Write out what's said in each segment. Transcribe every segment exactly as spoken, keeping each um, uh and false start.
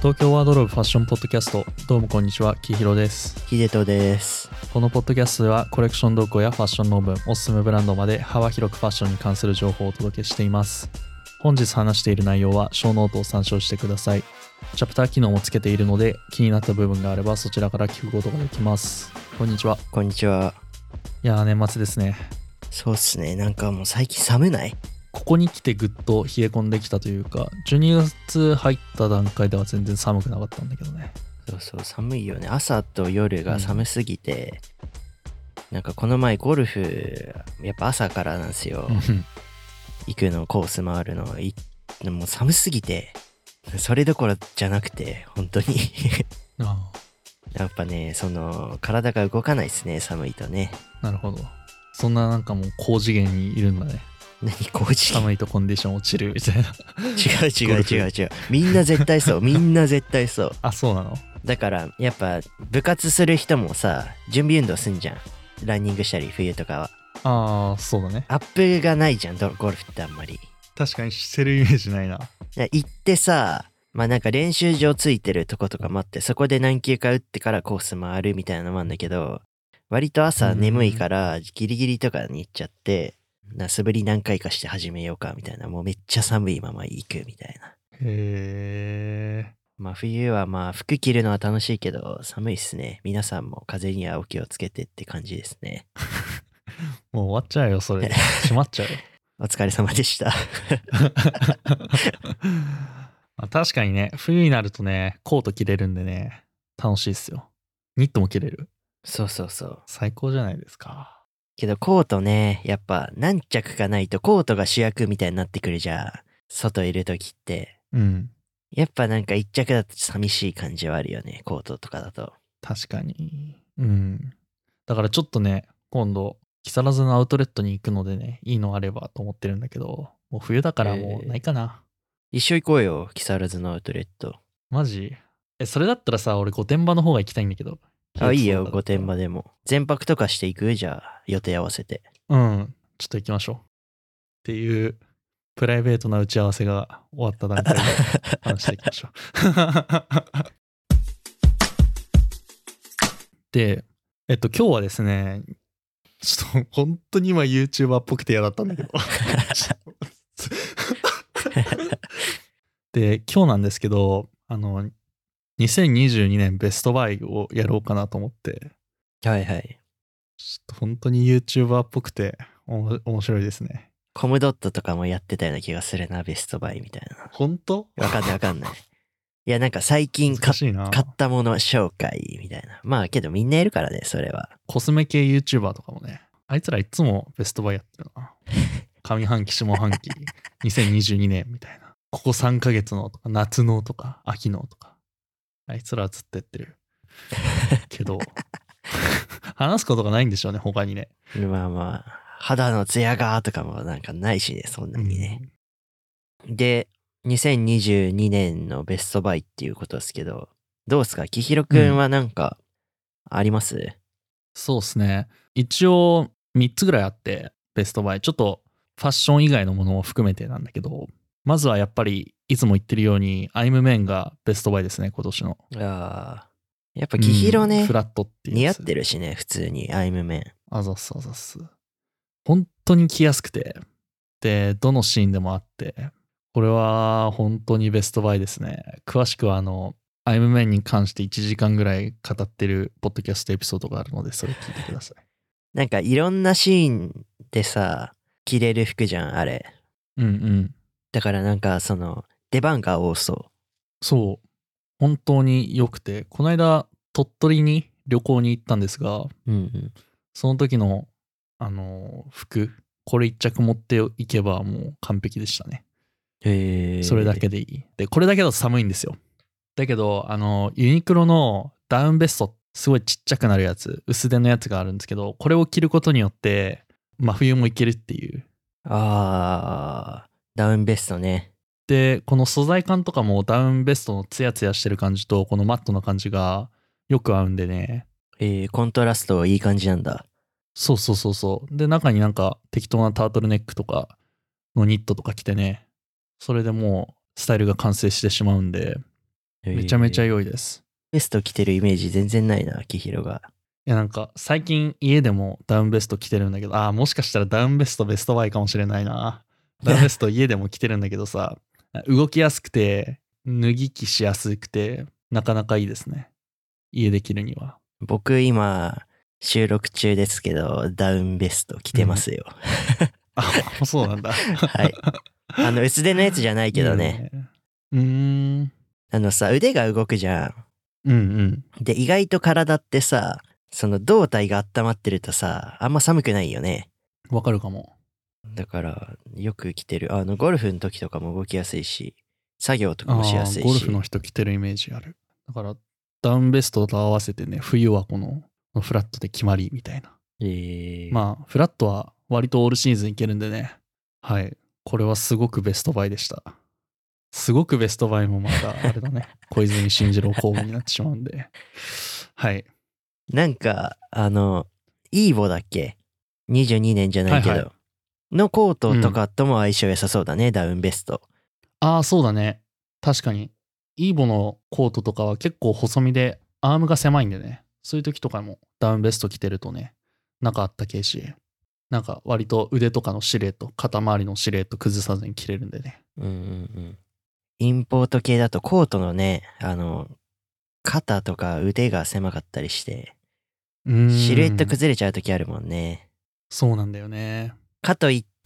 東京ワードローブファッションポッドキャスト、どうもこんにちは、きひろです。 秀人です。 このポッドキャストではコレクション動向やファッション論文、おすすめブランドまで幅広くファッションに関する情報をお届けしています。本日話している内容はショーノートを参照してください。チャプター機能もつけているので、気になった部分があればそちらから聞くことができます。こんにちは。 こんにちは。 いやー、年末ですね。 そうっすね。なんかもう最近寒ない？ ここに来てぐっと冷え込んできたというか、じゅうにがつ入った段階では全然寒くなかったんだけどね。 そうそう、寒いよね。朝と夜が寒すぎて、うん、なんかこの前ゴルフやっぱ朝からなんですよ行くの、コース回るのいもう寒すぎて、それどころじゃなくて本当にああやっぱね、その体が動かないですね、寒いとね。 なるほど。そんななんかもう高次元にいるんだね。 何高次元？ 寒いとコンディション落ちるみたいな。 違う違う違う違う。みんな絶対そう。みんな絶対そう。 あ、そうなの？ だからやっぱ部活する人もさ、準備運動すんじゃん。ランニングしたり冬とかは。 ああ、そうだね。 アップがないじゃん、ゴルフってあんまり。 確かにしてるイメージないな。 行ってさ、まあなんか練習場ついてるとことかもあって、そこで何球か打ってからコース回るみたいなのもあるんだけど、割と朝眠いからギリギリとかに行っちゃって、な素振り何回かして始めようかみたいな、もうめっちゃ寒いまま行くみたいな。 へえ。 まあ冬はまあ服着るのは楽しいけど寒いっすね。皆さんも風邪にはお気をつけてって感じですね。 もう終わっちゃうよ、それ。閉まっちゃうよ。 お疲れ様でしたまあ確かにね、冬になるとね、コート着れるんでね、楽しいっすよ。ニットも着れる。 そうそうそう。 最高じゃないですか。 けどコートね、やっぱ何着かないとコートが主役みたいになってくるじゃん。外いるときって。 うん。 やっぱなんか一着だと寂しい感じはあるよね、コートとかだと。 確かに。うん。だからちょっとね、今度、木更津のアウトレットに行くのでね、いいのあればと思ってるんだけど、もう冬だからもうないかな。 えー、一緒行こうよ、木更津のアウトレット。 マジ？え、それだったらさ、俺御殿場の方が行きたいんだけど。 あ、いいよ、御殿場でも。全泊とかしていく？じゃあ、予定合わせて。 うん、ちょっと行きましょう。っていう、プライベートな打ち合わせが終わった段階で話していきましょう。で、えっと、今日はですね、ちょっと本当に今 YouTuber っぽくて嫌だったんだけど。で、今日なんですけど、あの、にせんにじゅうにねんベストバイをやろうかなと思って。 はいはい。 ちょっと本当に YouTuber っぽくておも面白いですね。 コムドットとかもやってたような気がするな、ベストバイみたいな。 本当？ わかんないわかんない。いや、なんか最近買ったもの紹介みたいな。まあけどみんなやるからね、それは。 コスメ系 YouTuber とかもね。あいつらいつもベストバイやってるな。上半期下半期にせんにじゅうにねんみたいな。ここさんかげつのとか夏のとか秋のとか。あいつらはずっとやってる。けど、話すことがないんでしょうね、他にね。 まあまあ、肌のツヤがとかもなんかないしね、そんなにね。うん、で、にせんにじゅうにねんのベストバイっていうことですけど、どうすか？きひろくんはなんかあります？うん、 そうですね。一応みっつぐらいあって、ベストバイ。ちょっとファッション以外のものも含めてなんだけど、まずはやっぱりいつも言ってるようにアイムメンがベストバイですね、今年の。 ああ。やっぱきひろね、 うん、フラットっていう似合ってるしね、普通にアイムメン。 あざっすあざっす。本当に着やすくて、で、どのシーンでもあって、これは本当にベストバイですね。詳しくはあの、アイムメンに関していちじかんぐらい語ってるポッドキャストエピソードがあるので、それ聞いてください。 なんかいろんなシーンでさ、着れる服じゃん、あれ。 うんうん。 だからなんかその、出番が多そう。 そう。本当に良くて、この間鳥取に旅行に行ったんですが、 うんうん、 その時のあの服、これ一着持っていけばもう完璧でしたね。 へー。 それだけでいい。で、これだけだと寒いんですよ。だけど、あのユニクロのダウンベスト、すごいちっちゃくなるやつ、薄手のやつがあるんですけど、これを着ることによって真冬もいけるっていう。 あー、ダウンベストね。 で、この素材感とかもダウンベストのツヤツヤしてる感じとこのマットな感じがよく合うんでね。 えー、コントラストいい感じなんだ。 そうそうそうそう。で、中になんか適当なタートルネックとかのニットとか着てね、それでもうスタイルが完成してしまうんで、 めちゃめちゃい。 良いです。 ベスト着てるイメージ全然ないな、キヒロが。 いやなんか最近家でもダウンベスト着てるんだけど、ああもしかしたらダウンベストベストバイかもしれないな。ダウンベスト家でも着てるんだけどさ、動きやすくて脱ぎ着しやすくてなかなかいいですね。家で着るには。 僕今、収録中ですけど、ダウンベスト着てますよ。 あ、そうなんだ。 はい。あの、薄手のやつじゃないけどね。 いいよね。うーん。 あのさ、腕が動くじゃん。 うんうん。 で、意外と体ってさ、その胴体が温まってるとさ、あんま寒くないよね。 わかるかも。 だから、よく着てる。あの、ゴルフの時とかも動きやすいし、作業とかもしああ、 やすいし。 ゴルフの人着てるイメージある。だからダウンベストと合わせてね、冬はこのフラットで決まりみたいな。 えー、 まあ、フラットは割とオールシーズンいけるんでね。はい。これはすごくベストバイでした。すごくベストバイもまたあれだね。小泉進次郎候補になってしまうんで。はい。 なんか、あの、イーボだっけ ?にじゅうに 年じゃないけど、 はいはいのコートとかとも相性良さそうだね、うん、ダウンベスト。 ああ、そうだね。確かに。イーボのコートとかは結構細身でアームが狭いんでね。そういう時とかもダウンベスト着てるとね、中あったけいし、なんか割と腕とかのシルエット、肩周りのシルエット崩さずに着れるんでね。 うんうんうん。インポート系だとコートのね、あの、肩とか腕が狭かったりして、シルエット崩れちゃう時あるもんね。 そうなんだよね。 かといって、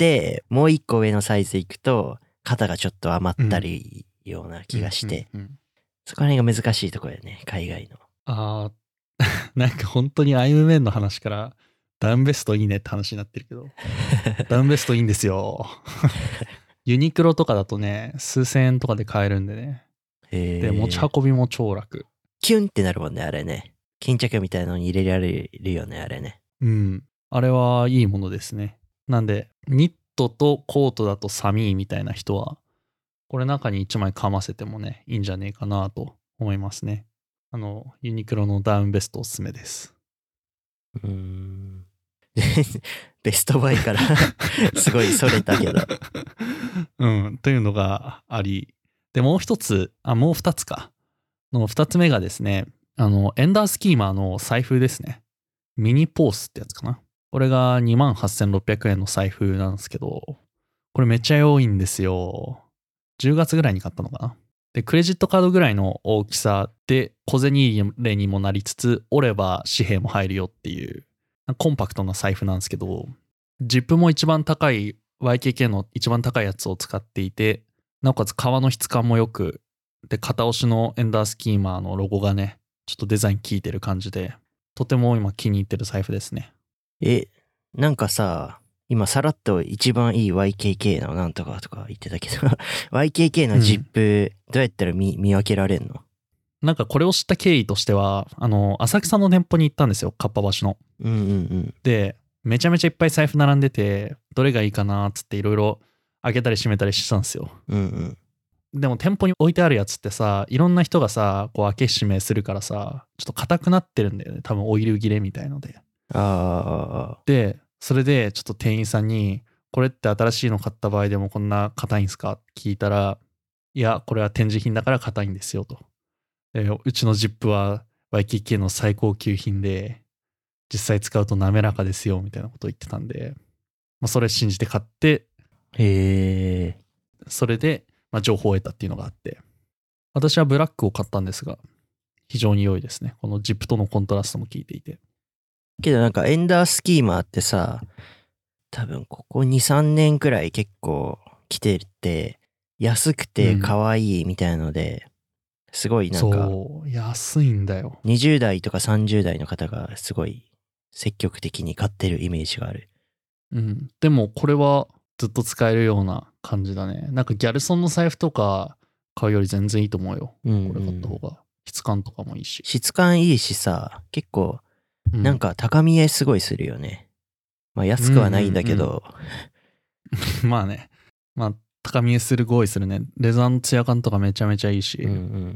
もう一個上のサイズいくと、肩がちょっと余ったりような気がして、 うんうんうんうん、 そこら辺が難しいところだよね、海外の。 ああ、なんか本当にアイムメンの話からダウンベストいいねって話になってるけど、ダウンベストいいんですよ。ユニクロとかだとね、数千円とかで買えるんでね。で、持ち運びも超楽。 キュンってなるもんね、あれね。巾着みたいなのに入れられるよね、あれね。 うん。あれはいいものですね。なんで、ニットとコートだと寒いみたいな人は、これ中にいちまいかませてもね、いいんじゃねえかなと思いますね。あの、ユニクロのダウンベストおすすめです。 うーん。ベストバイからすごいそれたけど。 うん、というのがあり。で、もう一つ、あ、もう二つか。の二つ目がですね、あの、エンダースキーマーの財布ですね。ミニポースってやつかな。これが にまんはっせんろっぴゃくえんの財布なんですけど、これめっちゃ良いんですよ。じゅうがつぐらいに買ったのかな。で、クレジットカードぐらいの大きさで小銭入れにもなりつつ、折れば紙幣も入るよっていうコンパクトな財布なんですけど、ジップも一番高い ワイケーケー の一番高いやつを使っていて、なおかつ革の質感も良く、で、片押しのエンダースキーマーのロゴがね、ちょっとデザイン効いてる感じで、とても今気に入ってる財布ですね。 え、なんかさ、今さらっと一番いい ワイケーケー のなんとかとか言ってたけどワイケーケー のジップどうやったら 見,、うん、見分けられんの？ なんかこれを知った経緯としては、あの、浅草の店舗に行ったんですよ、かっぱ橋の。 うんうんうん。 で、めちゃめちゃいっぱい財布並んでて、どれがいいかなっつっていろいろ開けたり閉めたりしてたんですよ。 うんうん。 でも店舗に置いてあるやつってさ、いろんな人がさ、こう開け閉めするからさ、ちょっと硬くなってるんだよね。多分オイル切れみたいので。 ああ。 で、それでちょっと店員さんに、これって新しいの買った場合でもこんな硬いんすかって聞いたら、いや、これは展示品だから硬いんですよと。でうちのジップは ワイケーケー の最高級品で、実際使うと滑らかですよみたいなことを言ってたんで、まあ、それ信じて買って、 へえ。 それで、まあ、情報を得たっていうのがあって、私はブラックを買ったんですが、非常に良いですね。このジップとのコントラストも効いていて。 けどなんかエンダースキーマーってさ、多分ここに、さんねんくらい結構来てて、安くて可愛いみたいなので、うん、すごいなんか、 そう、安いんだよ。 にじゅう代とかさんじゅう代の方がすごい積極的に買ってるイメージがある。 うん。でもこれはずっと使えるような感じだね。なんかギャルソンの財布とか買うより全然いいと思うよ。うんうん、これ買った方が。質感とかもいいし。 質感いいしさ、結構、なんか高見えすごいするよね。まあ安くはないんだけど。 うんうんうん、まあね。まあ高見えするごいするね。レザーのツヤ感とかめちゃめちゃいいし。 うんうん、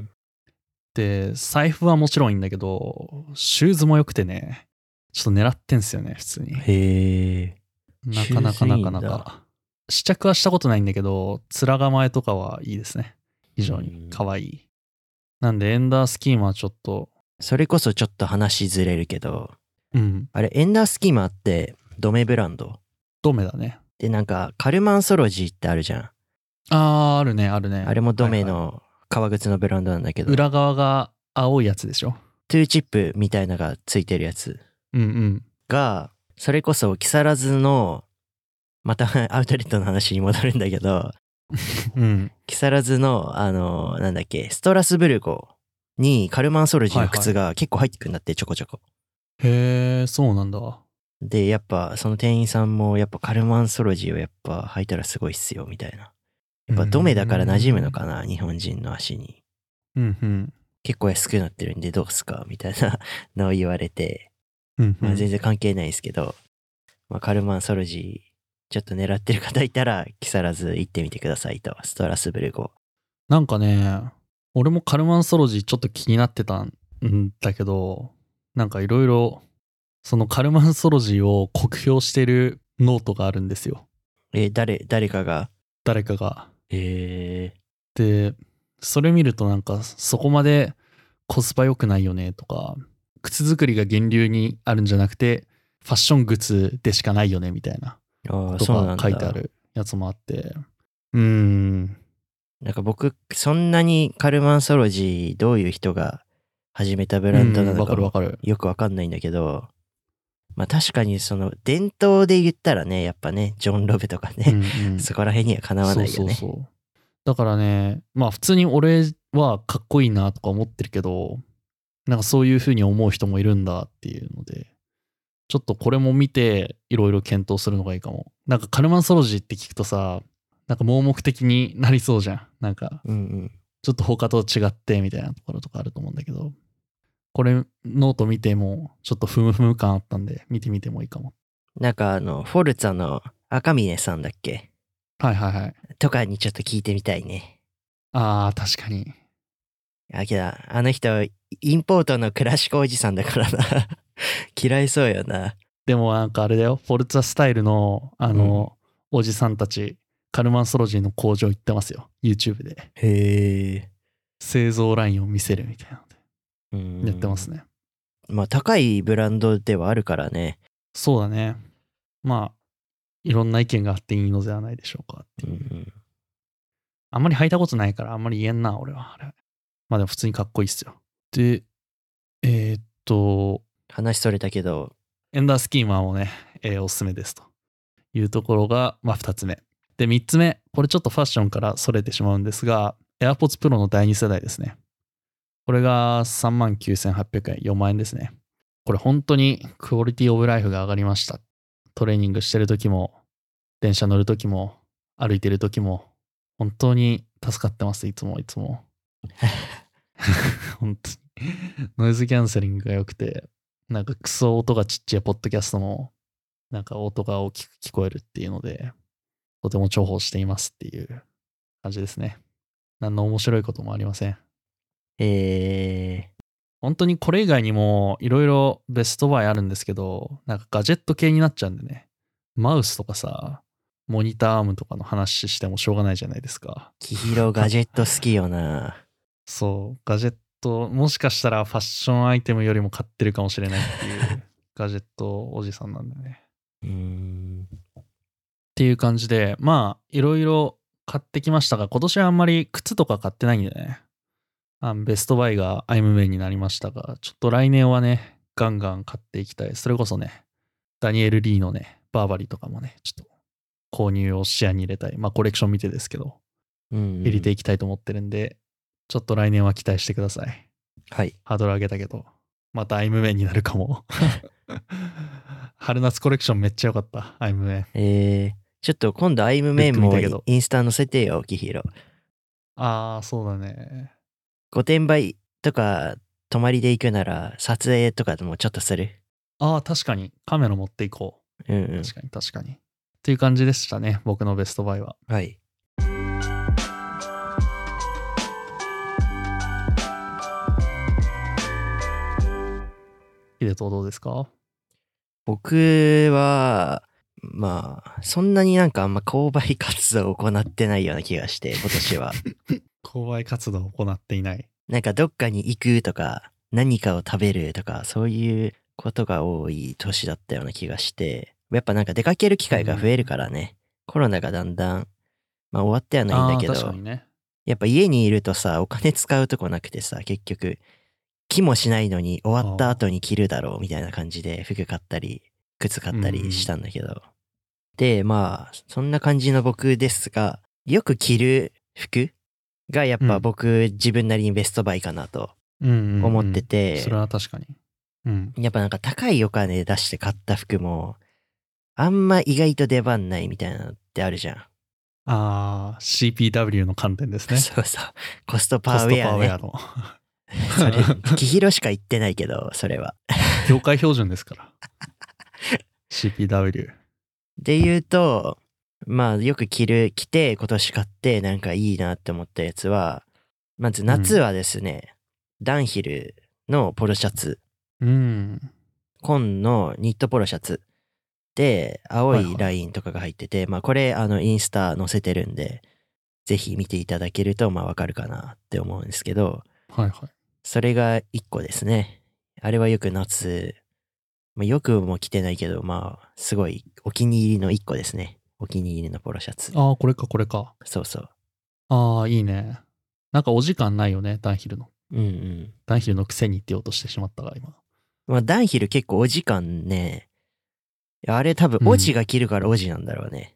で、財布はもちろんいいんだけど、シューズも良くてね、ちょっと狙ってんすよね、普通に。 へえ。 なかなかなかなか。試着はしたことないんだけど、面構えとかはいいですね。非常に可愛い。 なんでエンダースキーマはちょっと、 それこそちょっと話ずれるけど、 うん、 あれ、エンダースキーマってドメブランドドメだね。 で、なんか、カルマンソロジーってあるじゃん。 あー、あるね、あるね。 あれもドメはいはいの革靴のブランドなんだけど、 裏側が青いやつでしょ。 トゥーチップみたいなのがついてるやつうんうん。 が、それこそ木更津の、またアウトレットの話に戻るんだけど、 うん。 木更津の、あの、なんだっけ、ストラスブルゴにカルマンソロジーの靴が結構入ってくるんだって、ちょこちょこ。 へー、そうなんだ。 で、やっぱその店員さんもやっぱカルマンソロジーをやっぱ履いたらすごいっすよみたいな。やっぱドメだから馴染むのかな、日本人の足に。 うんうん。 結構安くなってるんでどうすかみたいなのを言われて、 うんうん。 まあ全然関係ないですけど、まあ、カルマンソロジーちょっと狙ってる方いたら木更津行ってみてくださいと、ストラスブルゴ。 なんかね、俺もカルマンソロジーちょっと気になってたんだけど、なんかいろいろ、そのカルマンソロジーを酷評してるノートがあるんですよ。 えー誰、誰かが。 誰かが。 えで、それ見るとなんかそこまでコスパ良くないよねとか、靴作りが源流にあるんじゃなくて、ファッション靴でしかないよねみたいなー、ああ、 ことそうなんだ。 が書いてあるやつもあって、うーん、 なんか僕、そんなにカルマンソロジーどういう人が始めたブランドなうんわのかもかるわかる。 よくわかんないんだけど、まあ確かにその伝統で言ったらね、やっぱね、ジョン・ロブとかね、 うんうん、 そこら辺にはかなわないよね。 そうそうそう。だからね、まあ普通に俺はかっこいいなとか思ってるけど、なんかそういう風に思う人もいるんだっていうので、ちょっとこれも見ていろいろ検討するのがいいかも。なんかカルマンソロジーって聞くとさ、なんか盲目的になりそうじゃん。なんかうんうん。 ちょっと他と違ってみたいなところとかあると思うんだけど、これノート見てもちょっとふむふむ感あったんで見てみてもいいかも。 なんかあの、フォルツァの赤峰さんだっけはいはいはい。 とかにちょっと聞いてみたいね。 ああ、確かに。 あ、けど、あの人、インポートのクラシコおじさんだからな。嫌いそうよな。 でもなんかあれだよ、フォルツァスタイルのあの、うん、おじさんたち、カルマンソロジーの工場行ってますよ、YouTube で。 へえ。 製造ラインを見せるみたいなので、 うんやってますね。 まあ高いブランドではあるからね。 そうだね。まあ、いろんな意見があっていいのではないでしょうかっていう。 うんうん、 あんまり履いたことないからあんまり言えんな、俺は。あれまあでも普通にかっこいいっすよ。で、えー、っと、 話それたけど、 エンダースキーマーもね、えーおすすめですというところが、まあふたつめ。で、みっつめ、これちょっとファッションからそれてしまうんですが、AirPods Pro のだいに世代ですね。これが さんまんきゅうせんはっぴゃくえん、よんまん円ですね。これ本当にクオリティオブライフが上がりました。トレーニングしてる時も、電車乗る時も、歩いてる時も、本当に助かってます、いつもいつも。本当に。ノイズキャンセリングが良くて、なんかクソ音がちっちゃいポッドキャストも、なんか音が大きく聞こえるっていうので、とても重宝していますっていう感じですね。何の面白いこともありません。 えー、 本当にこれ以外にもいろいろベストバイあるんですけど、なんかガジェット系になっちゃうんでね。マウスとかさ、モニターアームとかの話してもしょうがないじゃないですか。 キヒロガジェット好きよな。 そう、ガジェット、もしかしたらファッションアイテムよりも買ってるかもしれないっていうガジェットおじさんなんでね。 うーん。 っていう感じで、まあ、いろいろ買ってきましたが、今年はあんまり靴とか買ってないんでね。あベストバイがアイムメイになりましたが、ちょっと来年はね、ガンガン買っていきたい。それこそね、ダニエル・リーのね、バーバリーとかもね、ちょっと購入を視野に入れたい。まあ、コレクション見てですけど、 うんうん、 入れていきたいと思ってるんで、ちょっと来年は期待してください。 はい。 ハードル上げたけど、またアイムメイになるかも。春夏コレクションめっちゃ良かった、アイムメイ。 えー、ちょっと今度アイムメインもインスタ載せてよ、キヒロ。 ああ、そうだね。 御殿場とか泊まりで行くなら撮影とかでもちょっとする。 ああ、確かに。カメラ持っていこう。うんうん。 確かに確かに。っていう感じでしたね。僕のベストバイは。 はい。 ヒデトどうですか？ 僕は、まあ、そんなになんかあんま購買活動を行ってないような気がして、今年は。 購買活動を行っていない。 なんかどっかに行くとか、何かを食べるとか、そういうことが多い年だったような気がして、やっぱなんか出かける機会が増えるからね、コロナがだんだん、まあ終わってはないんだけど、 あー確かにね。 やっぱ家にいるとさ、お金使うとこなくてさ、結局、気もしないのに終わった後に着るだろうみたいな感じで服買ったり、靴買ったりしたんだけど。で、まあ、そんな感じの僕ですが、よく着る服がやっぱ僕、自分なりにベストバイかなと思ってて、 うんうんうん、それは確かに。うん。 やっぱなんか高いお金出して買った服も、あんま意外と出番ないみたいなのってあるじゃん。 ああ、シーピーダブリュー の観点ですね。 そうそう。コストパコストーウェアね。 パーウェアの。 それ、キヒロしか言ってないけど、それは。 業界標準ですから。シーピーダブリュー。 で言うと、まあよく着る、着て今年買ってなんかいいなって思ったやつは、まず夏はですね、うん、ダンヒルのポロシャツ。 うん。 紺のニットポロシャツ。で、青いラインとかが入ってて、はいはい、まあこれあのインスタ載せてるんで、ぜひ見ていただけるとまあわかるかなって思うんですけど、 はいはい。 それがいっこですね。あれはよく夏、まあ、よくも着てないけど、まあすごいお気に入りのいっこですね。お気に入りのポロシャツ。 ああ、これかこれか。 そうそう。 ああ、いいね。なんかお時間ないよね、ダンヒルの。 うんうん。 ダンヒルのくせにって言おうとしてしまったが、今。 まあダンヒル結構お時間ね、あれ多分オジが着るからオジなんだろうね。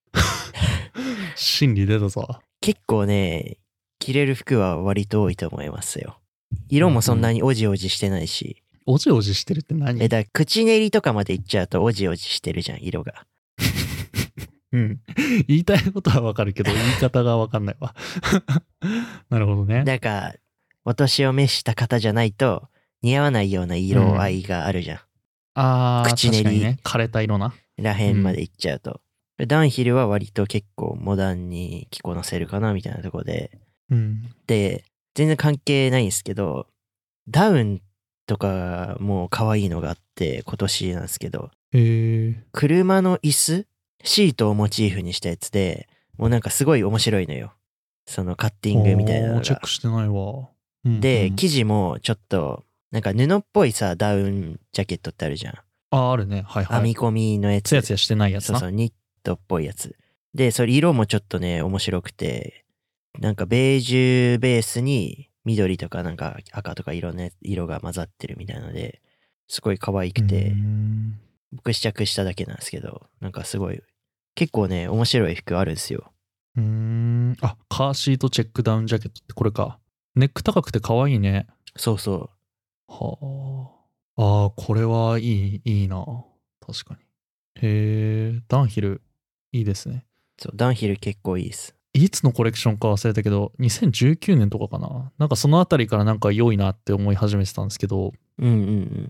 心理出たぞ。 結構ね、着れる服は割と多いと思いますよ。色もそんなにオジオジしてないし。 うんうん、オジオジしてるって何？ え、だから口練りとかまでいっちゃうとオジオジしてるじゃん、色が。 うん。言いたいことはわかるけど、言い方がわかんないわ。なるほどね。 だから、お年を召した方じゃないと似合わないような色合いがあるじゃん。うん、 ああ、 口練り、 ね、枯れた色な。 らへんまでいっちゃうと。うん、ダンヒルは割と結構モダンに着こなせるかなみたいなところで。 うん、 で、全然関係ないんですけど、ダウンとかも可愛いのがあって、今年なんですけど、 へー、 車の椅子シートをモチーフにしたやつで、もうなんかすごい面白いのよ。そのカッティングみたいなのが。 チェックしてないわ。うんうん、 で、生地もちょっと、なんか布っぽいさ、ダウンジャケットってあるじゃん。 あ、あるね。はいはい。 編み込みのやつ。 ツヤツヤしてないやつな。 そうそう、ニットっぽいやつ。で、それ色もちょっとね、面白くて、なんかベージュベースに緑とかなんか赤とか色ね、色が混ざってるみたいなので、すごい可愛くて、僕試着しただけなんですけど、なんかすごい、結構ね、面白い服あるんですよ。 うーん。あ、カーシートチェックダウンジャケットってこれか。ネック高くて可愛いね。 そうそう。 はあ。ああ、これはいい、いいな。確かに。へえ、ダンヒル、いいですね。 そう、ダンヒル結構いいです。 いつのコレクションか忘れたけど、にせんじゅうきゅうねんとかかな。なんかそのあたりからなんか良いなって思い始めてたんですけど、 うんうんうん。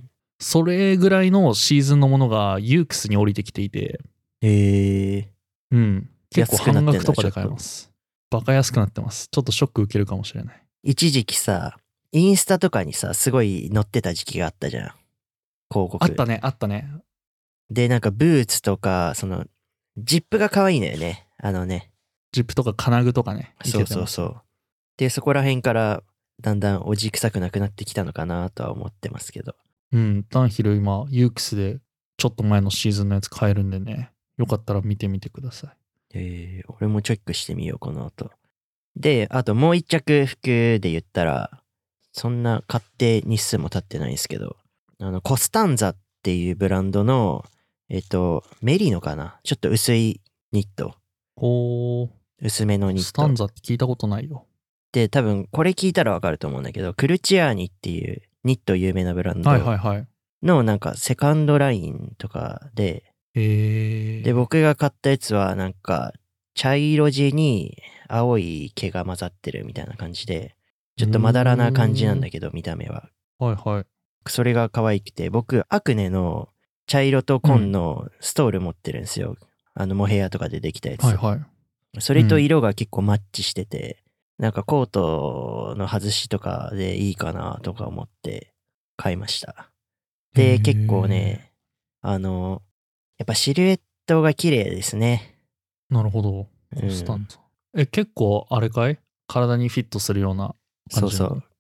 それぐらいのシーズンのものがユークスに降りてきていて、 へえ。 うん。結構半額とかで買えます。バカ安くなってます。ちょっとショック受けるかもしれない。 一時期さ、インスタとかにさ、すごい載ってた時期があったじゃん。広告。 あったね、あったね。 で、なんかブーツとか、その、ジップが可愛いのよね。あのね。 ジップとか金具とかね。 そうそうそう。で、そこら辺からだんだんおじ臭くなくなってきたのかなとは思ってますけど。 うん、ダンヒル今、ユークスでちょっと前のシーズンのやつ買えるんでね。よかったら見てみてください。 えー、俺もチェックしてみよう、この後。で、あともう一着服で言ったら、そんな買って日数も経ってないんですけど、あの、コスタンザっていうブランドの、えっと、メリノかな？ちょっと薄いニット。 ほー。 薄めのニット。 コスタンザって聞いたことないよ。 で、多分これ聞いたらわかると思うんだけど、クルチアーニっていうニット有名なブランドのなんかセカンドラインとかで、 へー。 で、僕が買ったやつはなんか茶色地に青い毛が混ざってるみたいな感じで、ちょっとまだらな感じなんだけど、見た目は。 はいはい。 それが可愛くて、僕、アクネの茶色と紺のストール持ってるんですよ。うん、あの、モヘアとかでできたやつ。 はいはい。 それと色が結構マッチしてて、うん、なんかコートの外しとかでいいかなとか思って買いました。で、結構ね、あの、やっぱシルエットが綺麗ですね。 なるほど。コスタンザ。うん、え、結構あれかい？体にフィットするような感じなの？そうそう。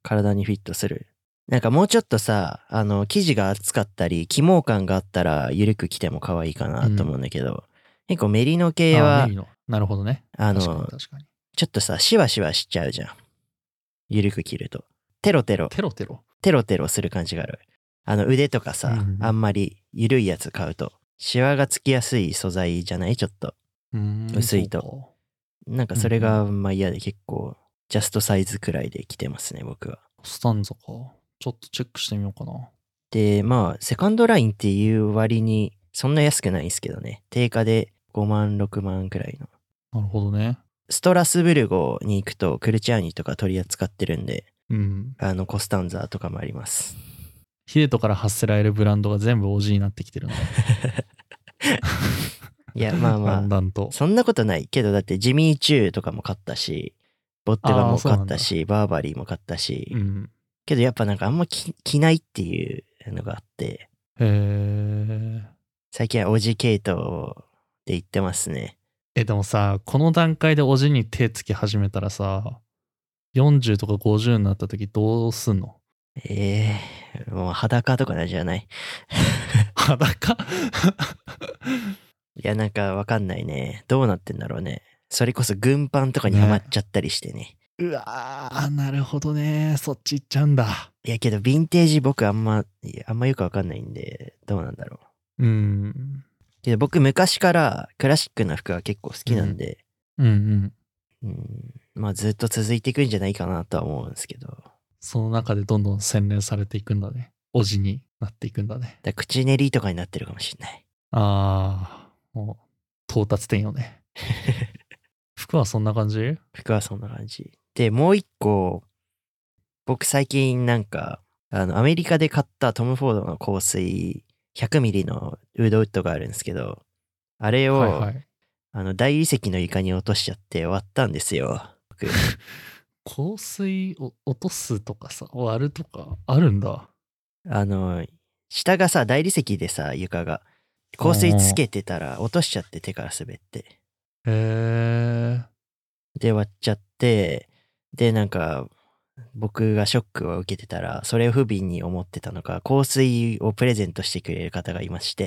体にフィットする。なんかもうちょっとさ、あの、生地が厚かったり、起毛感があったら、緩く着ても可愛いかなと思うんだけど、うん、結構メリノ系は、 あメリノ。なるほどね。 あの、 確かに確かに。 ちょっとさ、シワシワしちゃうじゃん。緩く着ると。テロテロ。 テロテロテロテロする感じがある。あの、腕とかさ、うん、あんまり緩いやつ買うと、シワがつきやすい素材じゃない？ちょっと。 うーん薄いと。なんかそれがまあ嫌で結構、ジャストサイズくらいで着てますね、僕は。 スタンザか。ちょっとチェックしてみようかな。 で、まあ、セカンドラインっていう割に、そんな安くないんですけどね。定価でごまん、ろくまんくらいの。 なるほどね。 ストラスブルゴに行くと、クルチャーニとか取り扱ってるんで、 うん、 あの、コスタンザとかもあります。 ヒデトから発せられるブランドが全部 オージー になってきてるんだ。 いや、まあまあ、 だんだんとそんなことないけど、だってジミーチューとかも買ったし、ボッテバも買ったし、バーバリーも買ったし、 うん、 けどやっぱなんかあんま 着, 着ないっていうのがあって、 へー最近はオジ系統で言ってますね。 え、でもさ、この段階でオジに手つき始めたらさ、よんじゅうとかごじゅうになった時どうすんの？ ええー、もう裸とかなんじゃない？ 裸いや、なんかわかんないね。どうなってんだろうね。それこそ軍パンとかにはまっちゃったりしてね。ねうわー、なるほどね。そっち行っちゃうんだ。 いやけど、ヴィンテージ僕あんま、あんまよくわかんないんで、どうなんだろう。うん。 けど僕昔からクラシックな服が結構好きなんで、 うん、うんうん。 うん、まあずっと続いていくんじゃないかなとは思うんですけど。 その中でどんどん洗練されていくんだね。オジになっていくんだね。 だ口練りとかになってるかもしれない。 あー、もう到達点よね。服はそんな感じ？ 服はそんな感じ。で、もう一個、僕最近なんか、あの、アメリカで買ったトム・フォードの香水ひゃくミリのウードウッドがあるんですけど、あれを、 はいはい、 あの、大理石の床に落としちゃって割ったんですよ。僕香水を落とすとかさ、割るとかあるんだ。 あの、下がさ、大理石でさ、床が。香水つけてたら落としちゃって手から滑って。 へー。 で、割っちゃって、で、なんか、僕がショックを受けてたら、それを不憫に思ってたのか、香水をプレゼントしてくれる方がいまして。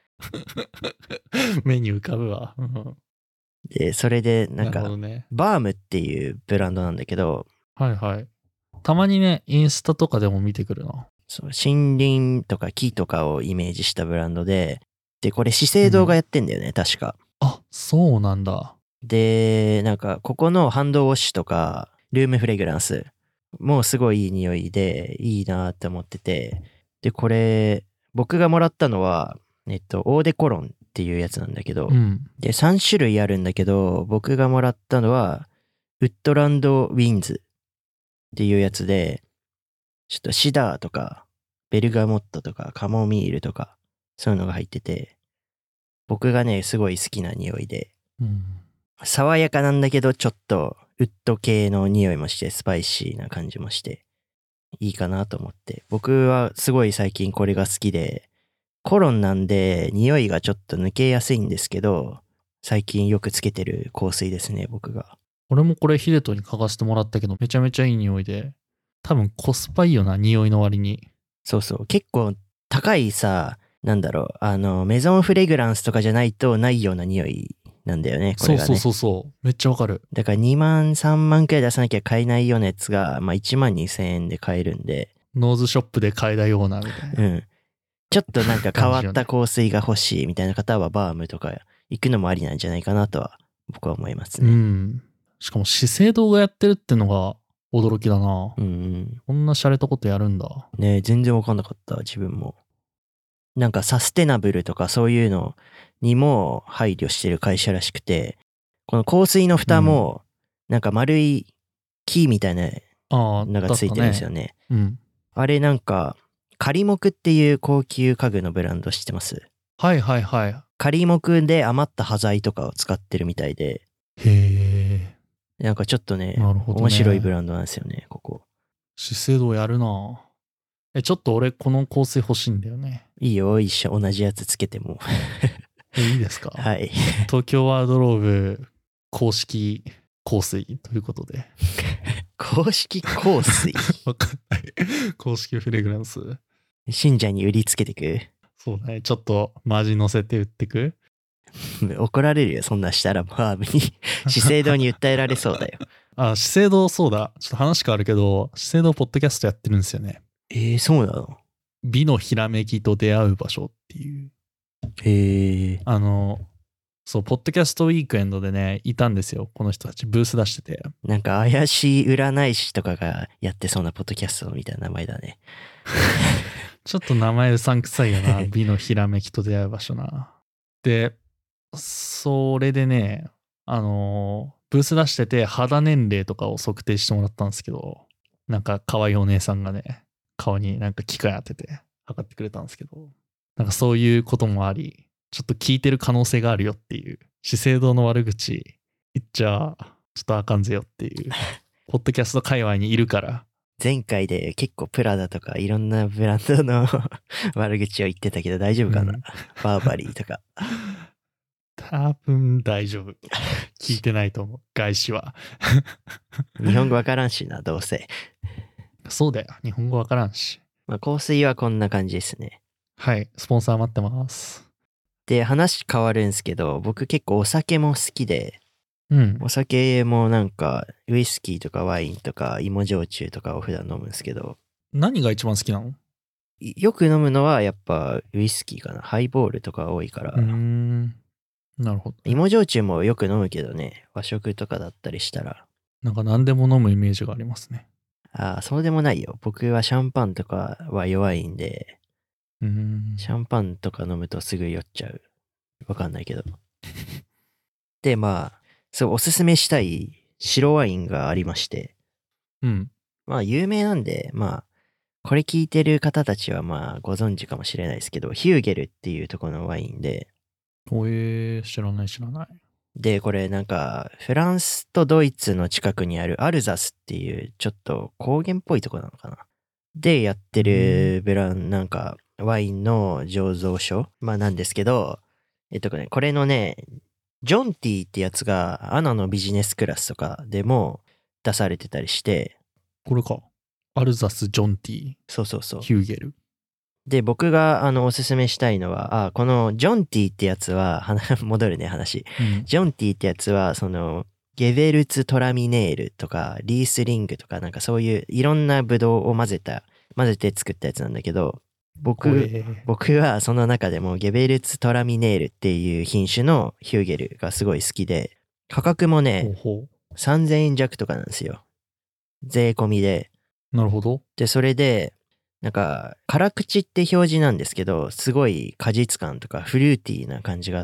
目に浮かぶわ。 で、それで、なんか、 ね、 バームっていうブランドなんだけど、 はいはい。たまにね、インスタとかでも見てくるな。 そう、森林とか木とかをイメージしたブランドで、で、これ資生堂がやってんだよね、うん、確か。 あ、そうなんだ。 で、なんか、ここのハンドウォッシュとか、ルームフレグランス、もうすごいいい匂いで、いいなって思ってて、で、これ、僕がもらったのは、えっと、オーデコロンっていうやつなんだけど、うん、で、さん種類あるんだけど、僕がもらったのは、ウッドランドウィンズっていうやつで、ちょっとシダーとか、ベルガモットとか、カモミールとか、そういうのが入ってて、僕がね、すごい好きな匂いで、うん、爽やかなんだけど、ちょっとウッド系の匂いもして、スパイシーな感じもして、いいかなと思って。僕はすごい最近これが好きで、コロンなんで匂いがちょっと抜けやすいんですけど、最近よくつけてる香水ですね、僕が。 俺もこれヒデトに嗅がせてもらったけど、めちゃめちゃいい匂いで、多分コスパいいよな、匂いの割に。 そうそう、結構高いさ、なんだろう、あの、メゾンフレグランスとかじゃないとないような匂いなんだよね、これがね。 そうそうそうそう、めっちゃわかる。 だからにまん、さんまんくらい出さなきゃ買えないようなやつが、まあいちまんにせんえんで買えるんで。 ノーズショップで買えたようなみたいな。 うん。ちょっとなんか変わった香水が欲しいみたいな方はバームとか行くのもありなんじゃないかなとは僕は思いますね。 うん。しかも資生堂がやってるってのが驚きだな。 うん、うん。 こんな洒落たことやるんだ。 ねえ、全然わかんなかった、自分も。なんかサステナブルとかそういうのにも配慮してる会社らしくて、この香水の蓋もなんか丸いキーみたいなのがついてるんですよね。 あ, ねうん、 あれなんか、カリモクっていう高級家具のブランド知ってます？ はいはいはい。 カリモクで余った端材とかを使ってるみたいで。 へー。なんかちょっとね、 なるほどね、 面白いブランドなんですよね、ここ。 資生堂やるな。え、ちょっと俺この香水欲しいんだよね。 いいよ、一緒同じやつつけても。 え、いいですか？ はい。 東京ワードローブ公式香水ということで。 公公式香水わかんない。公式フレグランス。 信者に売りつけてく。 そうね。ちょっとマジ乗せて売ってく。 怒られるよ、そんなしたら。まあ、資生堂に訴えられそうだよ。 あ、資生堂、そうだ。ちょっと話変わるけど、資生堂ポッドキャストやってるんですよね。 えー、そうなの？ 美のひらめきと出会う場所っていう。 へえ。 あの、そう、ポッドキャストウィークエンドでね、いたんですよ。この人たち、ブース出してて。 なんか怪しい占い師とかがやってそうなポッドキャストみたいな名前だね。 ちょっと名前うさんくさいよな。美のひらめきと出会う場所な。で、それでね、あの、ブース出してて肌年齢とかを測定してもらったんですけど、なんか可愛いお姉さんがね、顔になんか機械当てて測ってくれたんですけど、なんかそういうこともあり、ちょっと聞いてる可能性があるよっていう、資生堂の悪口言っちゃちょっとあかんぜよっていう、ポッドキャスト界隈にいるから。 前回で結構プラダとかいろんなブランドの悪口を言ってたけど大丈夫かな、うん、バーバリーとか。 多分大丈夫。聞いてないと思う。外資は。 日本語わからんしな、どうせ。 そうだよ。日本語わからんし。 まあ、香水はこんな感じですね。 はい。スポンサー待ってます。 で、話変わるんすけど、僕結構お酒も好きで、 うん、 お酒もなんかウイスキーとかワインとか芋焼酎とかを普段飲むんですけど、 何が一番好きなの？ よく飲むのはやっぱウイスキーかな。ハイボールとか多いから。 うーん、なるほど、ね。 芋焼酎もよく飲むけどね、和食とかだったりしたら。 なんか何でも飲むイメージがありますね。 ああ、そうでもないよ。僕はシャンパンとかは弱いんで、 うーん、 シャンパンとか飲むとすぐ酔っちゃう。わかんないけど。で、まあ、そう、おすすめしたい白ワインがありまして。 うん。 まあ、有名なんで、まあ、これ聞いてる方たちはまあ、ご存知かもしれないですけど、ヒューゲルっていうところのワインで。 おえー、知らない知らない。 で、これなんか、フランスとドイツの近くにあるアルザスっていう、ちょっと高原っぽいところなのかな。で、やってるブラン、なんか、ワインの醸造所まあなんですけど、えっとね、これのね、ジョンティーってやつがアナのビジネスクラスとかでも出されてたりして。 これか。アルザス・ジョンティー。 そうそうそう。 ヒューゲル。 で、僕があのおすすめしたいのは、あ、このジョンティーってやつは、戻るね話、うん。ジョンティーってやつは、その、ゲベルツトラミネールとか、リースリングとか、なんかそういういろんなブドウを混ぜた、混ぜて作ったやつなんだけど、僕、僕はその中でもゲベルツトラミネールっていう品種のヒューゲルがすごい好きで、価格もね、ほうほうさんぜんえん弱とかなんですよ。税込みで。 なるほど。 で、それで、なんか、辛口って表示なんですけど、すごい果実感とかフルーティーな感じがあって、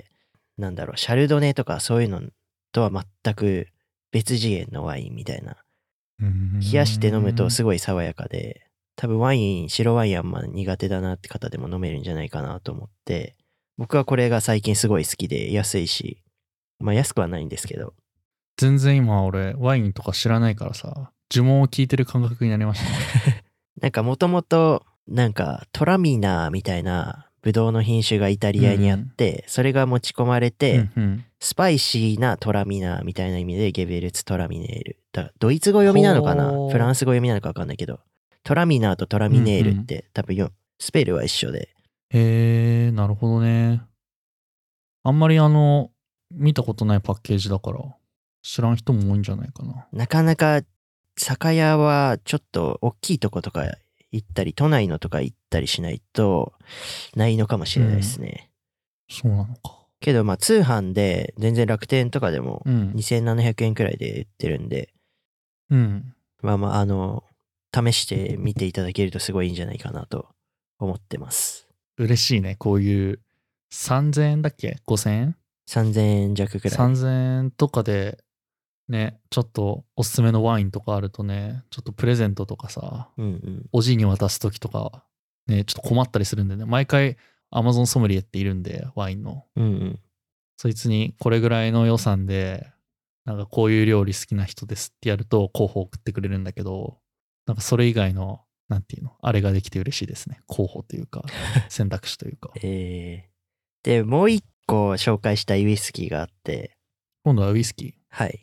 なんだろう、シャルドネとかそういうのとは全く別次元のワインみたいな。冷やして飲むとすごい爽やかで、多分ワイン、白ワインあんま苦手だなって方でも飲めるんじゃないかなと思って、僕はこれが最近すごい好きで安いし、まあ安くはないんですけど。 全然今俺ワインとか知らないからさ、呪文を聞いてる感覚になりましたね。 なんかもともとなんかトラミナーみたいなブドウの品種がイタリアにあって、うん、それが持ち込まれて、うんうん、スパイシーなトラミナーみたいな意味でゲベルツトラミネール。だドイツ語読みなのかなフランス語読みなのか分かんないけど、トラミナーとトラミネールって、うんうん、多分よスペルは一緒で。 へー、なるほどね。あんまりあの見たことないパッケージだから知らん人も多いんじゃないかな。 なかなか酒屋はちょっと大きいとことか行ったり、都内のとか行ったりしないとないのかもしれないですね。 うん、そうなのか。 けどまあ通販で全然楽天とかでもにせんななひゃくえんくらいで売ってるんで、 うん。 まあまああの試してみていただけるとすごいいいんじゃないかなと思ってます。 嬉しいね。こういうさんぜんえんだっけ ?ごせんえんさんぜんえん弱くらい。 さんぜんえんとかでね、ちょっとおすすめのワインとかあるとね、ちょっとプレゼントとかさ、 うんうん、 おじいに渡すときとか、ね、ちょっと困ったりするんでね、毎回 Amazon ソムリエっているんで、ワインの。 うんうん、 そいつにこれぐらいの予算で、なんかこういう料理好きな人ですってやると候補送ってくれるんだけど、なんかそれ以外の、なんていうの、あれができて嬉しいですね。候補というか、選択肢というか。 えー、で、もう一個紹介したいウイスキーがあって。 今度はウイスキー？ はい。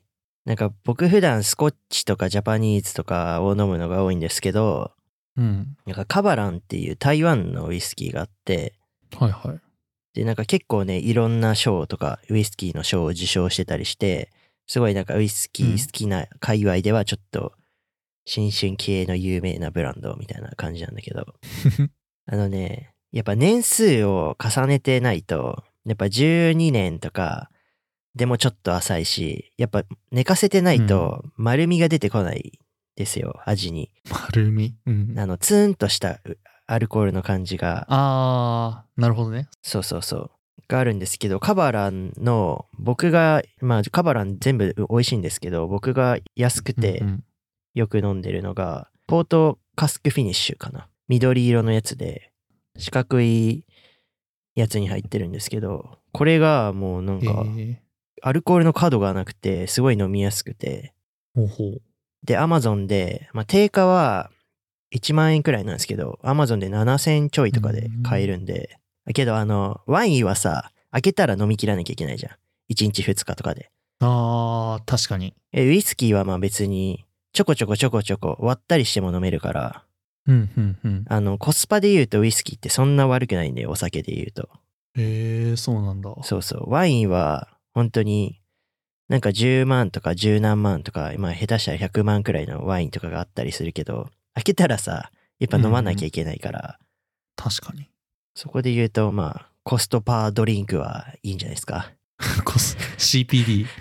なんか僕普段スコッチとかジャパニーズとかを飲むのが多いんですけど、 うん。 なんかカバランっていう台湾のウイスキーがあって、 はいはい。 で、なんか結構ね、いろんな賞とかウイスキーの賞を受賞してたりして、すごいなんかウイスキー好きな界隈ではちょっと新春系の有名なブランドみたいな感じなんだけど、あのね、やっぱ年数を重ねてないと、やっぱじゅうにねんとかでもちょっと浅いし、やっぱ寝かせてないと丸みが出てこないですよ、味に。 丸み。うん。 あの、ツーンとしたアルコールの感じが、 あー、なるほどね。 そうそうそう、があるんですけど、カバランの、僕が、まあ、カバラン全部美味しいんですけど、僕が安くてうんうんよく飲んでるのが、ポートカスクフィニッシュかな。緑色のやつで、四角いやつに入ってるんですけど、これがもうなんえか、 ー、 アルコールの角がなくて、すごい飲みやすくて、 ほうほう。 で、アマゾンで、まあ、定価はいちまんえんくらいなんですけど、アマゾンでななせんちょいとかで買えるんで、けどあの、ワインはさ、開けたら飲み切らなきゃいけないじゃん。いちにちふつかとかで。 あー、確かに。 え、ウイスキーはまあ別に、ちょこちょこちょこちょこ割ったりしても飲めるから、 うんうんうん。 あの、コスパで言うとウイスキーってそんな悪くないんで、お酒で言うと。 えー、そうなんだ。 そうそう。ワインは、本当に、なんかじゅうまんとかじゅうなんまんとか、まあ下手したらひゃくまんくらいのワインとかがあったりするけど、開けたらさ、やっぱ飲まなきゃいけないから、 確かに。 そこで言うと、まあ、コストパードリンクはいいんじゃないですか。 コス シーピーディー。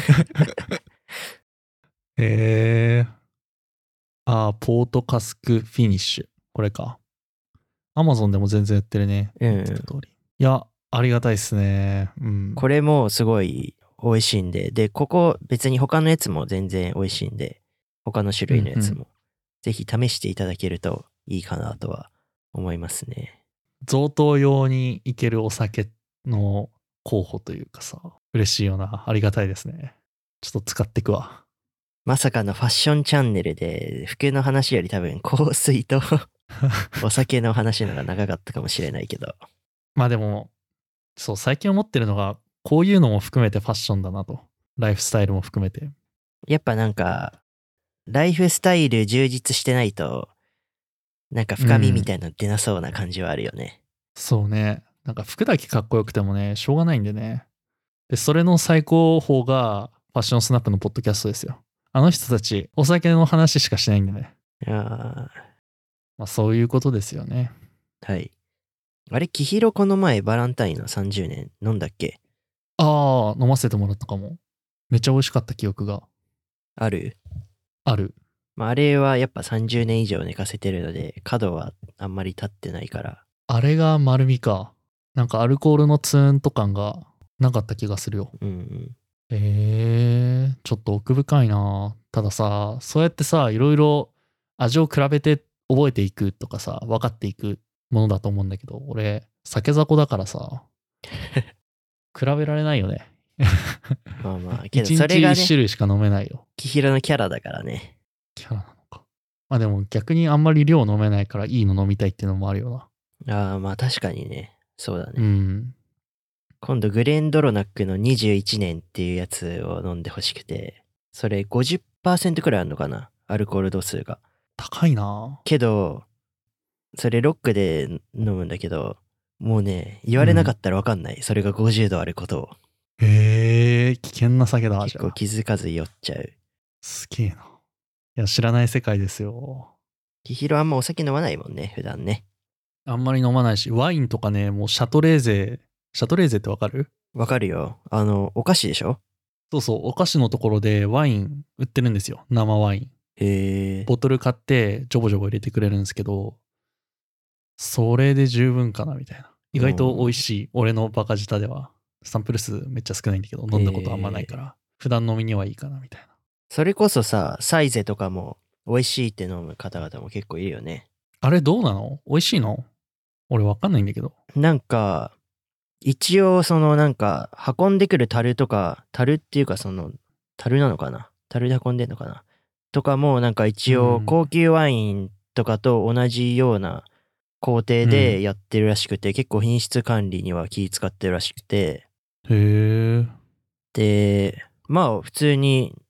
えー。あー、ポートカスクフィニッシュ。これか。アマゾンでも全然やってるね。 うん言ってた通り。いや、ありがたいっすね。うん。 これもすごい美味しいんで、で、ここ別に他のやつも全然美味しいんで、他の種類のやつうんうも、ぜひ試していただけるといいかなとは思いますね。 贈答用に行けるお酒の候補というかさ、嬉しいよな。ありがたいですね。ちょっと使ってくわ。 まさかのファッションチャンネルで、服の話より多分香水とお酒の話の方が長かったかもしれないけど。 まあでも、そう、最近思ってるのが、こういうのも含めてファッションだなと。ライフスタイルも含めて。 やっぱなんか、ライフスタイル充実してないと、なんか深みみたいなの出なそうな感じはあるよね。 そうね。なんか服だけかっこよくてもね、しょうがないんでね。で、それの最高峰がファッションスナップのポッドキャストですよ。あの人たち、お酒の話しかしないんでね。 あまあそういうことですよね。 ー、はい。あれ、キヒロこの前バランタインのさんじゅうねん飲んだっけ？ ああ、飲ませてもらったかも。めっちゃ美味しかった記憶がある？ ある。 まあ、あれはやっぱさんじゅうねん以上寝かせてるので、角はあんまり立ってないから。 あれが丸みか。なんかアルコールのツーンと感がなかった気がするよ。 うんうん。 えー、ちょっと奥深いな。たださ、そうやってさ、いろいろ味を比べて覚えていくとかさ、分かっていくものだと思うんだけど、俺、酒雑魚だからさ、比べられないよね。 まあまあ、け一日どそれがね、 一種類しか飲めないよ。 キヒロのキャラだからね。 キャラなのか。まあでも逆にあんまり量飲めないからいいの飲みたいっていうのもあるよな。 ああ、まあ確かにね。そうだね。 うん。 今度グレンドロナックのにじゅういちねんっていうやつを飲んでほしくて、それ ごじゅっパーセント くらいあるのかな、アルコール度数が。 高いな。 けど、それロックで飲むんだけど、もうね、言われなかったらわかんない。うん、それがごじゅうどあることを。 へえ、危険な酒だ。 結構気づかず酔っちゃう。 すげえな。いや、知らない世界ですよ。 キヒロあんまお酒飲まないもんね、普段ね。 あんまり飲まないし、ワインとかね、もうシャトレーゼ、シャトレーゼってわかる？ わかるよ。あの、お菓子でしょ？ そうそう、お菓子のところでワイン売ってるんですよ。生ワイン。 へえ。 ボトル買ってジョボジョボ入れてくれるんですけど、それで十分かなみたいな。意外と美味しい。俺のバカ舌では。サンプル数めっちゃ少ないんだけど、飲んだことあんまないから、普段飲みにはいいかなみたいな。 それこそさ、サイゼとかも美味しいって飲む方々も結構いるよね。 あれどうなの？美味しいの？俺わかんないんだけど。 なんか、一応そのなんか運んでくる樽とか、樽っていうかその、樽なのかな？樽で運んでんのかな？とかもなんか一応高級ワインとかと同じような工程でやってるらしくて、うん、結構品質管理には気使ってるらしくて。 へー。 で、まあ普通に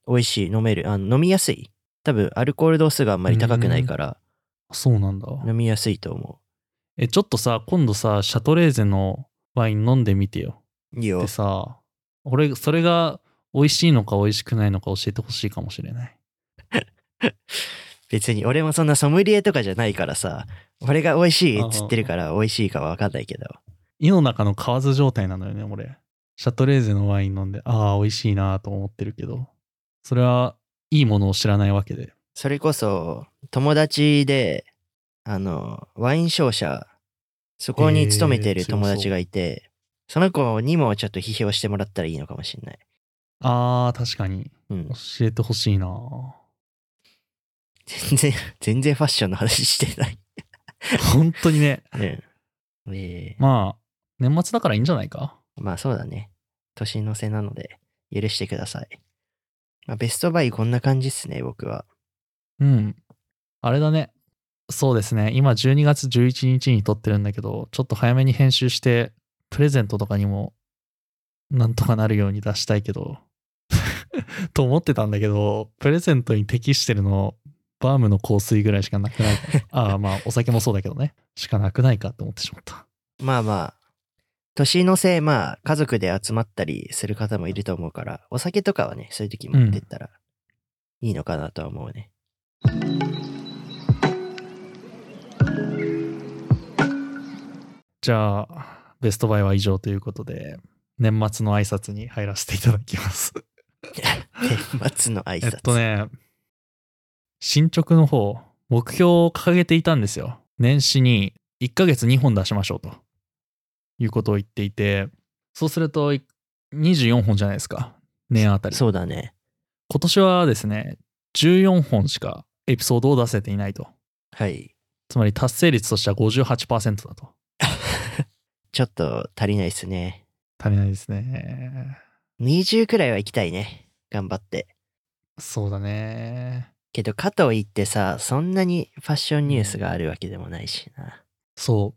美味しい、飲める。あの飲みやすい。多分、アルコール度数があんまり高くないから、 そうなんだ。 飲みやすいと思え、ちょっとさ、今度さ、シャトレーゼのワイン飲んでみてよ。 う。いいよで。さ、俺、それが美味しいのか美味しくないのか教えてほしいかもしれない。 別に俺もそんなソムリエとかじゃないからさ、俺が美味しいっつってるから美味しいかは分かんないけど。 胃の中の蛙状態なのよね、俺。シャトレーゼのワイン飲んで、ああ、美味しいなと思ってるけど、それはいいものを知らないわけで。 それこそ、友達で、あの、ワイン商社、そこに勤めてる友達がいて、その子にもちょっと批評してもらったらいいのかもしれない。 ああ、確かに。 うん。 教えてほしいな。 全然、全然ファッションの話してない。 本当にね。 うん。えー、 まあ、年末だからいいんじゃないか。 まあそうだね。年の瀬なので、許してください。まあ、ベストバイこんな感じっすね、僕は。 うん。あれだね。そうですね。今じゅうにがつじゅういちにちに撮ってるんだけど、ちょっと早めに編集して、プレゼントとかにもなんとかなるように出したいけど、と思ってたんだけど、プレゼントに適してるの、バームの香水ぐらいしかなくないか。ああ、まあ、お酒もそうだけどね。しかなくないかって思ってしまった。 まあまあ、年のせい、まあ、家族で集まったりする方もいると思うから、お酒とかはね、そういう時持ってったらいいのかなとは思うね。 じゃあ、ベストバイは以上ということで、年末の挨拶に入らせていただきます。 年末の挨拶。 えっとね、進捗の方、目標を掲げていたんですよ。年始にいっかげつにほん出しましょうということを言っていて、そうするとにじゅうよんほんじゃないですか、年あたり。 そうだね。 今年はですね、じゅうよんほんしかエピソードを出せていないと。 はい。 つまり達成率としては ごじゅうはちパーセント だと。 ちょっと足りないですね。 足りないですね。 にじゅうくらいは行きたいね。頑張って。 そうだね。 けど、かといってさ、そんなにファッションニュースがあるわけでもないしな。 そう。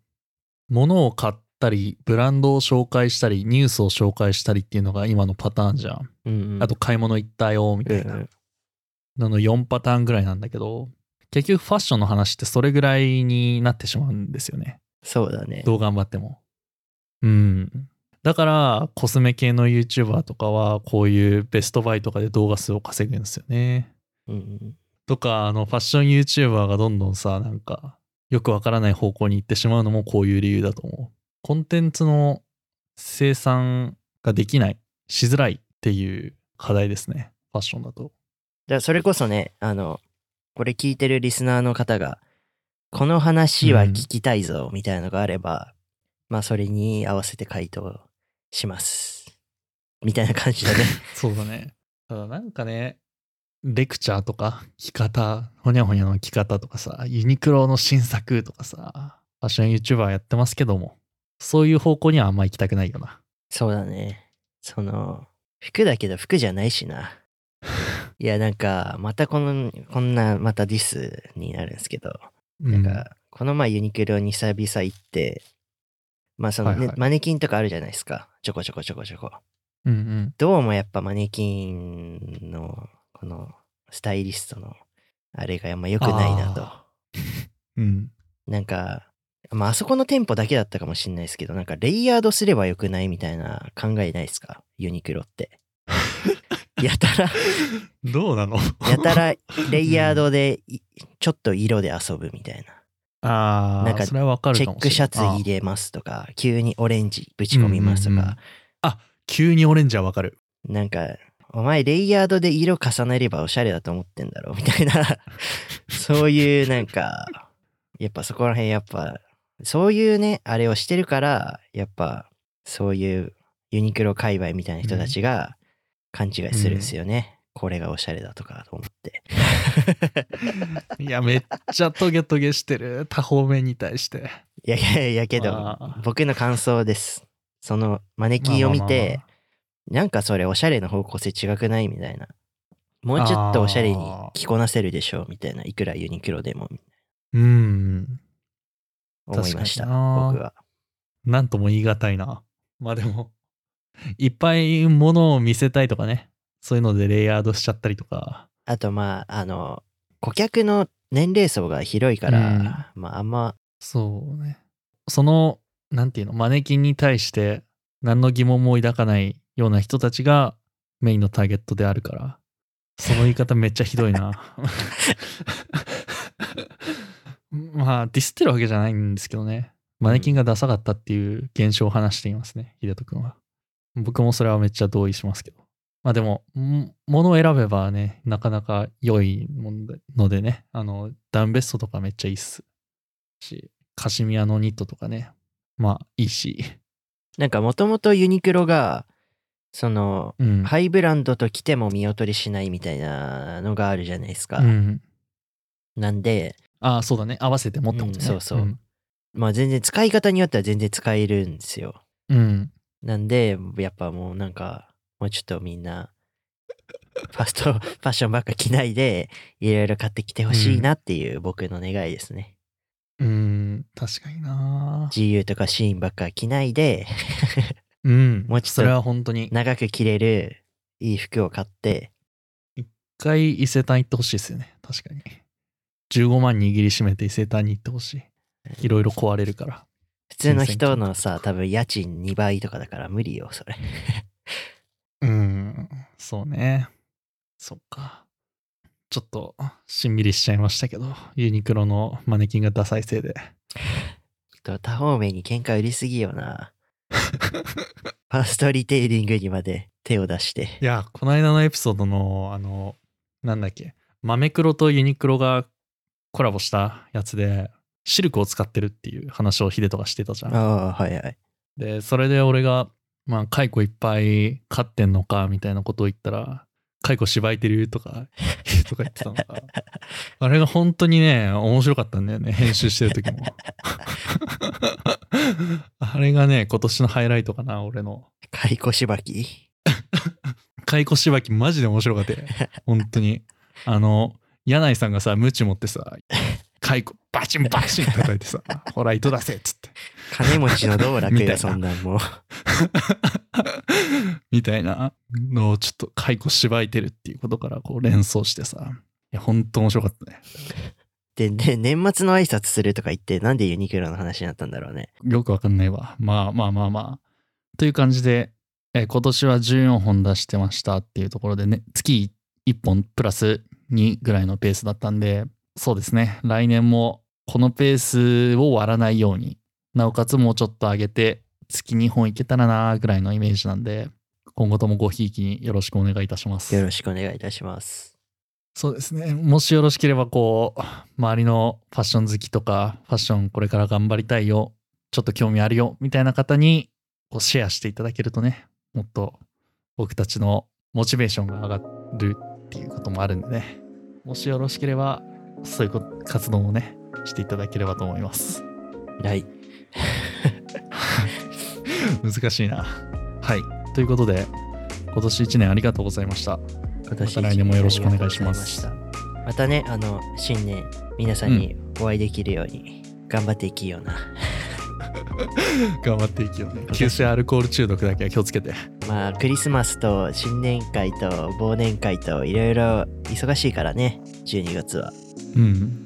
物を買ったり、ブランドを紹介したり、ニュースを紹介したりっていうのが今のパターンじゃん。 うんうん、 あと買い物行ったよ、みたいな。 うんうん、 ののよんパターンぐらいなんだけど、結局ファッションの話ってそれぐらいになってしまうんですよね。 そうだね。 どう頑張っても。うん。だから、コスメ系の YouTuber とかは、こういうベストバイとかで動画数を稼ぐんですよね。 うんうん、 とか、あの、ファッション YouTuber がどんどんさ、なんか、よくわからない方向に行ってしまうのもこういう理由だと思う。コンテンツの生産ができない、しづらいっていう課題ですね。ファッションだと。 じゃあ、それこそね、あの、これ聞いてるリスナーの方が、この話は聞きたいぞ、みたいなのがあれば、うん、まあ、それに合わせて回答します。みたいな感じだね。 そうだね。ただなんかね、レクチャーとか着方、ほにゃほにゃの着方とかさ、ユニクロの新作とかさ、ファッション YouTuber やってますけども、そういう方向にはあんま行きたくないよな。 そうだね。その、服だけど服じゃないしな。いや、なんか、またこの、こんな、またディスになるんですけど、うん、なんか、この前ユニクロに久々行って、まあそのね、はいはい、マネキンとかあるじゃないですか。ちょこちょこちょこちょこ。うんうん。どうもやっぱマネキンの、この、スタイリストの、あれがあんま良くないなと。うん。なんか、まああそこの店舗だけだったかもしれないですけど、なんかレイヤードすればよくないみたいな考えないですか？ユニクロって。やたらどうなのやたらレイヤードで、うん、ちょっと色で遊ぶみたいな。 ああ、なんかチェックシャツ入れますとか、急にオレンジぶち込みますとか。うんうんうん、 あ、急にオレンジはわかる。 なんか、お前レイヤードで色重ねればおしゃれだと思ってんだろみたいな。そういうなんか、やっぱそこら辺やっぱ、そういうね、あれをしてるから、やっぱ、そういうユニクロ界隈みたいな人たちが勘違いするんですよね。うんこれがおしゃれだとかと思っていやめっちゃトゲトゲしてる多方面に対していやいやいやけど僕の感想です。そのマネキンを見て、まあまあまあまあ、なんかそれおしゃれの方向性違くないみたいな、もうちょっとおしゃれに着こなせるでしょみたいな、いくらユニクロでもうん思いました。僕はなんとも言い難いな。まあでもいっぱい物を見せたいとかね、 そういうのでレイヤードしちゃったりとか。 あとまああの顧客の年齢層が広いから、うん、まああんまそうね。そのなんていうのマネキンに対して何の疑問も抱かないような人たちがメインのターゲットであるから、その言い方めっちゃひどいな。まあディスってるわけじゃないんですけどね。マネキンがダサかったっていう現象を話していますね、秀人くんは。僕もそれはめっちゃ同意しますけど。まあでも、物を選べばね、なかなか良いのでね、あの、ダウンベストとかめっちゃいいっすし、カシミヤのニットとかね、まあいいし。 なんかもともとユニクロが、その、うん、ハイブランドと着ても見劣りしないみたいなのがあるじゃないですか。うん、なんで、 ああ、そうだね。合わせて持ったことね、 うん。そうそう。うん、まあ全然使い方によっては全然使えるんですよ。 うん。 なんで、やっぱもうなんか、もうちょっとみんな、ファストファッションばっか着ないで、いろいろ買ってきてほしいなっていう僕の願いですね。 うん、うん確かにな。 ジーユー とかシーンばっか着ないで、 うん、もうちょっとそれは本当に長く着れるいい服を買って、 一回伊勢丹行ってほしいですよね。確かに。じゅうごまん握りしめて伊勢丹に行ってほしい。いろいろ壊れるから。 普通の人のさ、多分家賃にばいとかだから無理よ、それ。 うん、そうね。そっか。ちょっとしんみりしちゃいましたけど、ユニクロのマネキンがダサいせいで。 多方面に喧嘩売りすぎよな。ファーストリテイリングにまで手を出して。 いや、この間のエピソードの、あの、なんだっけ、マメクロとユニクロがコラボしたやつで、シルクを使ってるっていう話をヒデとかしてたじゃん。 ああ、はいはい。 で、それで俺が、まあ、蚕いっぱい飼ってんのか、みたいなことを言ったら、蚕しばいてるとか、とか言ってたのが、あれが本当にね、面白かったんだよね、編集してる時も。あれがね、今年のハイライトかな、俺の。 蚕しばき蚕しばきマジで面白かったよ。本当に。あの、柳井さんがさ、ムチ持ってさ、蚕バチンバチン叩いてさ、ほら糸出せっつって。 金持ちの道楽よ、そんなんもう。 みたいなのをちょっと蚕しばいてるっていうことからこう連想してさ、いや、ほんと面白かったね。 で、で、年末の挨拶するとか言って、なんでユニクロの話になったんだろうね。 よくわかんないわ。まあまあまあまあ。という感じで、え今年はじゅうよんほん出してましたっていうところでね、月いっぽんプラスにぐらいのペースだったんで、そうですね、来年もこのペースを割らないように、なおかつもうちょっと上げて、月にほんいけたらなぐらいのイメージなんで、今後ともごひいきによろしくお願いいたします。 よろしくお願いいたします。 そうですね。もしよろしければ、こう、周りのファッション好きとか、ファッションこれから頑張りたいよ、ちょっと興味あるよ、みたいな方に、こうシェアしていただけるとね、もっと僕たちのモチベーションが上がるっていうこともあるんでね。もしよろしければ、そういう活動もね、していただければと思います。 はい。 難しいな。はい。ということで、今年いちねんありがとうございました。 今年また来年もよろしくお願いします。 またね、あの、新年、皆さんにお会いできるように、頑張っていきような。 頑張っていきようね。急性アルコール中毒だけは気をつけて。 まあ、クリスマスと新年会と忘年会といろいろ忙しいからね、じゅうにがつは。 うん、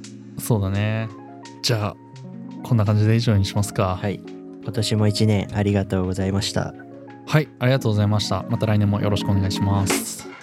そうだね。じゃあ、こんな感じで以上にしますか。 はい。今年もいちねんありがとうございました。 はい、ありがとうございました。また来年もよろしくお願いします。